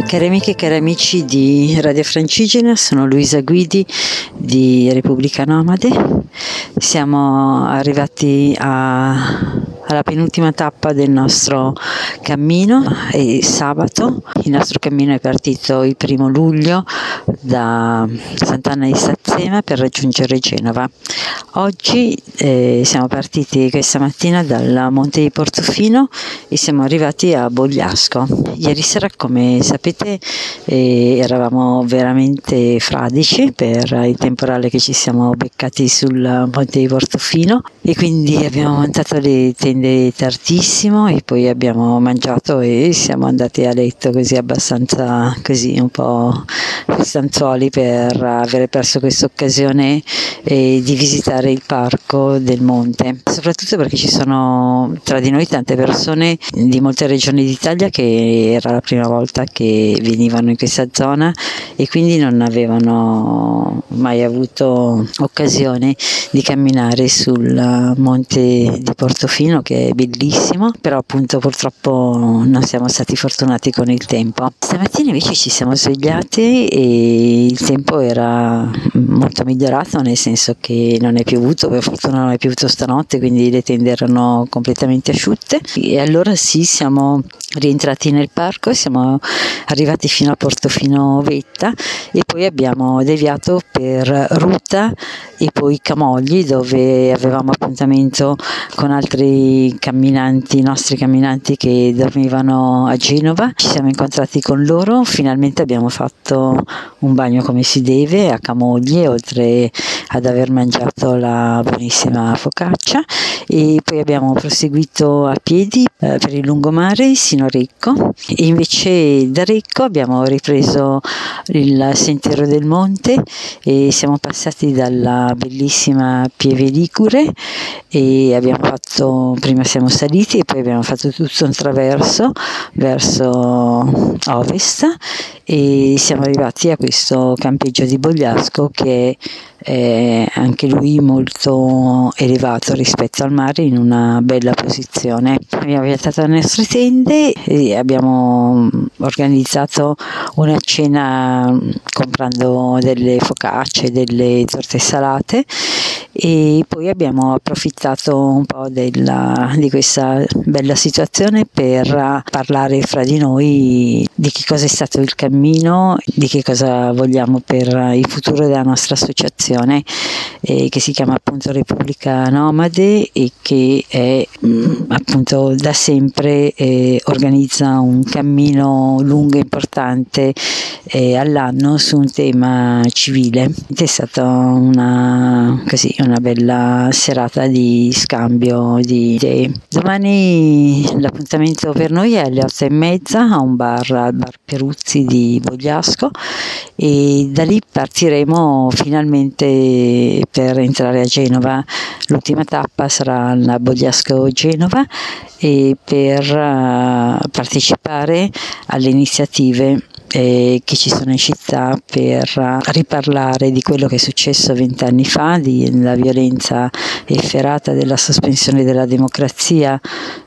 Cari amiche e cari amici di Radio Francigena, sono Luisa Guidi di Repubblica Nomade. Siamo arrivati alla penultima tappa del nostro cammino. È sabato, il nostro cammino è partito il 1° luglio da Sant'Anna di Sazzema per raggiungere Genova. Oggi siamo partiti questa mattina dal Monte di Portofino e siamo arrivati a Bogliasco. Ieri sera, come sapete, eravamo veramente fradici per il temporale che ci siamo beccati sul Monte di Portofino e quindi abbiamo montato le tende tardissimo e poi abbiamo mangiato e siamo andati a letto così abbastanza un po' stanzuoli per avere perso questa occasione di visitare il parco del monte, soprattutto perché ci sono tra di noi tante persone di molte regioni d'Italia che era la prima volta che venivano in questa zona e quindi non avevano mai avuto occasione di camminare sul Monte di Portofino, che è bellissimo, però appunto purtroppo non siamo stati fortunati con il tempo. Stamattina invece ci siamo svegliati e il tempo era molto migliorato, nel senso che non è piovuto, per fortuna non è piovuto stanotte, quindi le tende erano completamente asciutte e allora sì, siamo rientrati nel parco, siamo arrivati fino a Portofino Vetta e poi abbiamo deviato per Ruta e poi Camogli, dove avevamo appuntamento con altri camminanti, nostri camminanti che dormivano a Genova. Ci siamo incontrati con loro, finalmente abbiamo fatto un bagno come si deve a Camogli, oltre ad aver mangiato la buonissima focaccia, e poi abbiamo proseguito a piedi per il lungomare sino a Recco e invece da Recco abbiamo ripreso il sentiero del monte e siamo passati dalla bellissima Pieve Ligure e prima siamo saliti e poi abbiamo fatto tutto un traverso verso ovest e siamo arrivati a questo campeggio di Bogliasco che è anche lui molto elevato rispetto al mare, in una bella posizione. Abbiamo piantato le nostre tende e abbiamo organizzato una cena comprando delle focacce, delle torte salate e poi abbiamo approfittato un po' di questa bella situazione per parlare fra di noi di che cosa è stato il cammino, di che cosa vogliamo per il futuro della nostra associazione che si chiama appunto Repubblica Nomade e che è appunto da sempre organizza un cammino lungo e importante all'anno su un tema civile. È stata una bella serata di scambio di idee. Domani l'appuntamento per noi è alle 8:30 a un bar, al bar Peruzzi di Bogliasco, e da lì partiremo finalmente per entrare a Genova. L'ultima tappa sarà la Bogliasco-Genova e per partecipare alle iniziative che ci sono in città per riparlare di quello che è successo 20 anni fa, della violenza efferata, della sospensione della democrazia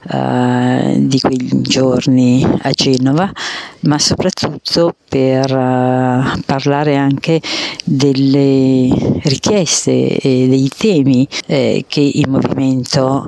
di quei giorni a Genova, ma soprattutto per parlare anche delle richieste e dei temi che il movimento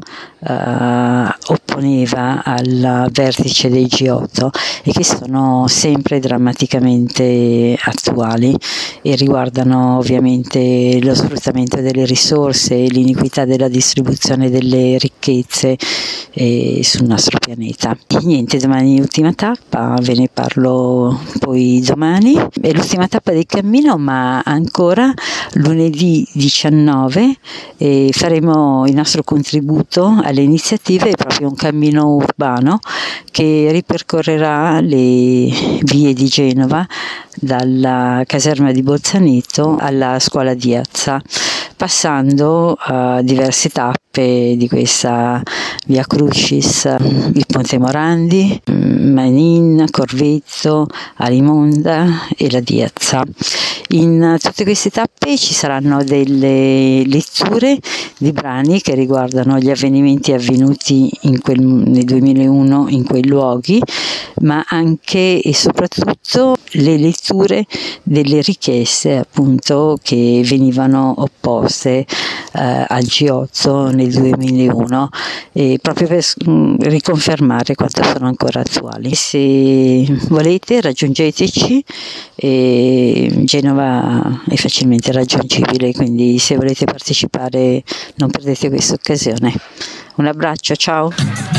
opponeva al vertice dei G8 e che sono sempre drammaticamente attuali e riguardano ovviamente lo sfruttamento delle risorse e l'iniquità della distribuzione delle ricchezze sul nostro pianeta. E niente, domani l'ultima tappa, ve ne parlo poi domani, è l'ultima tappa del cammino, ma ancora lunedì 19 faremo il nostro contributo alle iniziative, è proprio un cammino urbano che ripercorrerà le vie di Genova dalla caserma di Bolzaneto alla scuola di Azza. passando a diverse tappe di questa Via Crucis, il Ponte Morandi, Manin, Corvezzo, Alimonda e la Diazza. In tutte queste tappe ci saranno delle letture di brani che riguardano gli avvenimenti avvenuti nel 2001 in quei luoghi, ma anche e soprattutto le letture delle richieste appunto che venivano opposte al G8 nel 2001, proprio per riconfermare quanto sono ancora attuali. Se volete raggiungeteci, Genova è facilmente raggiungibile, quindi se volete partecipare non perdete questa occasione. Un abbraccio, ciao!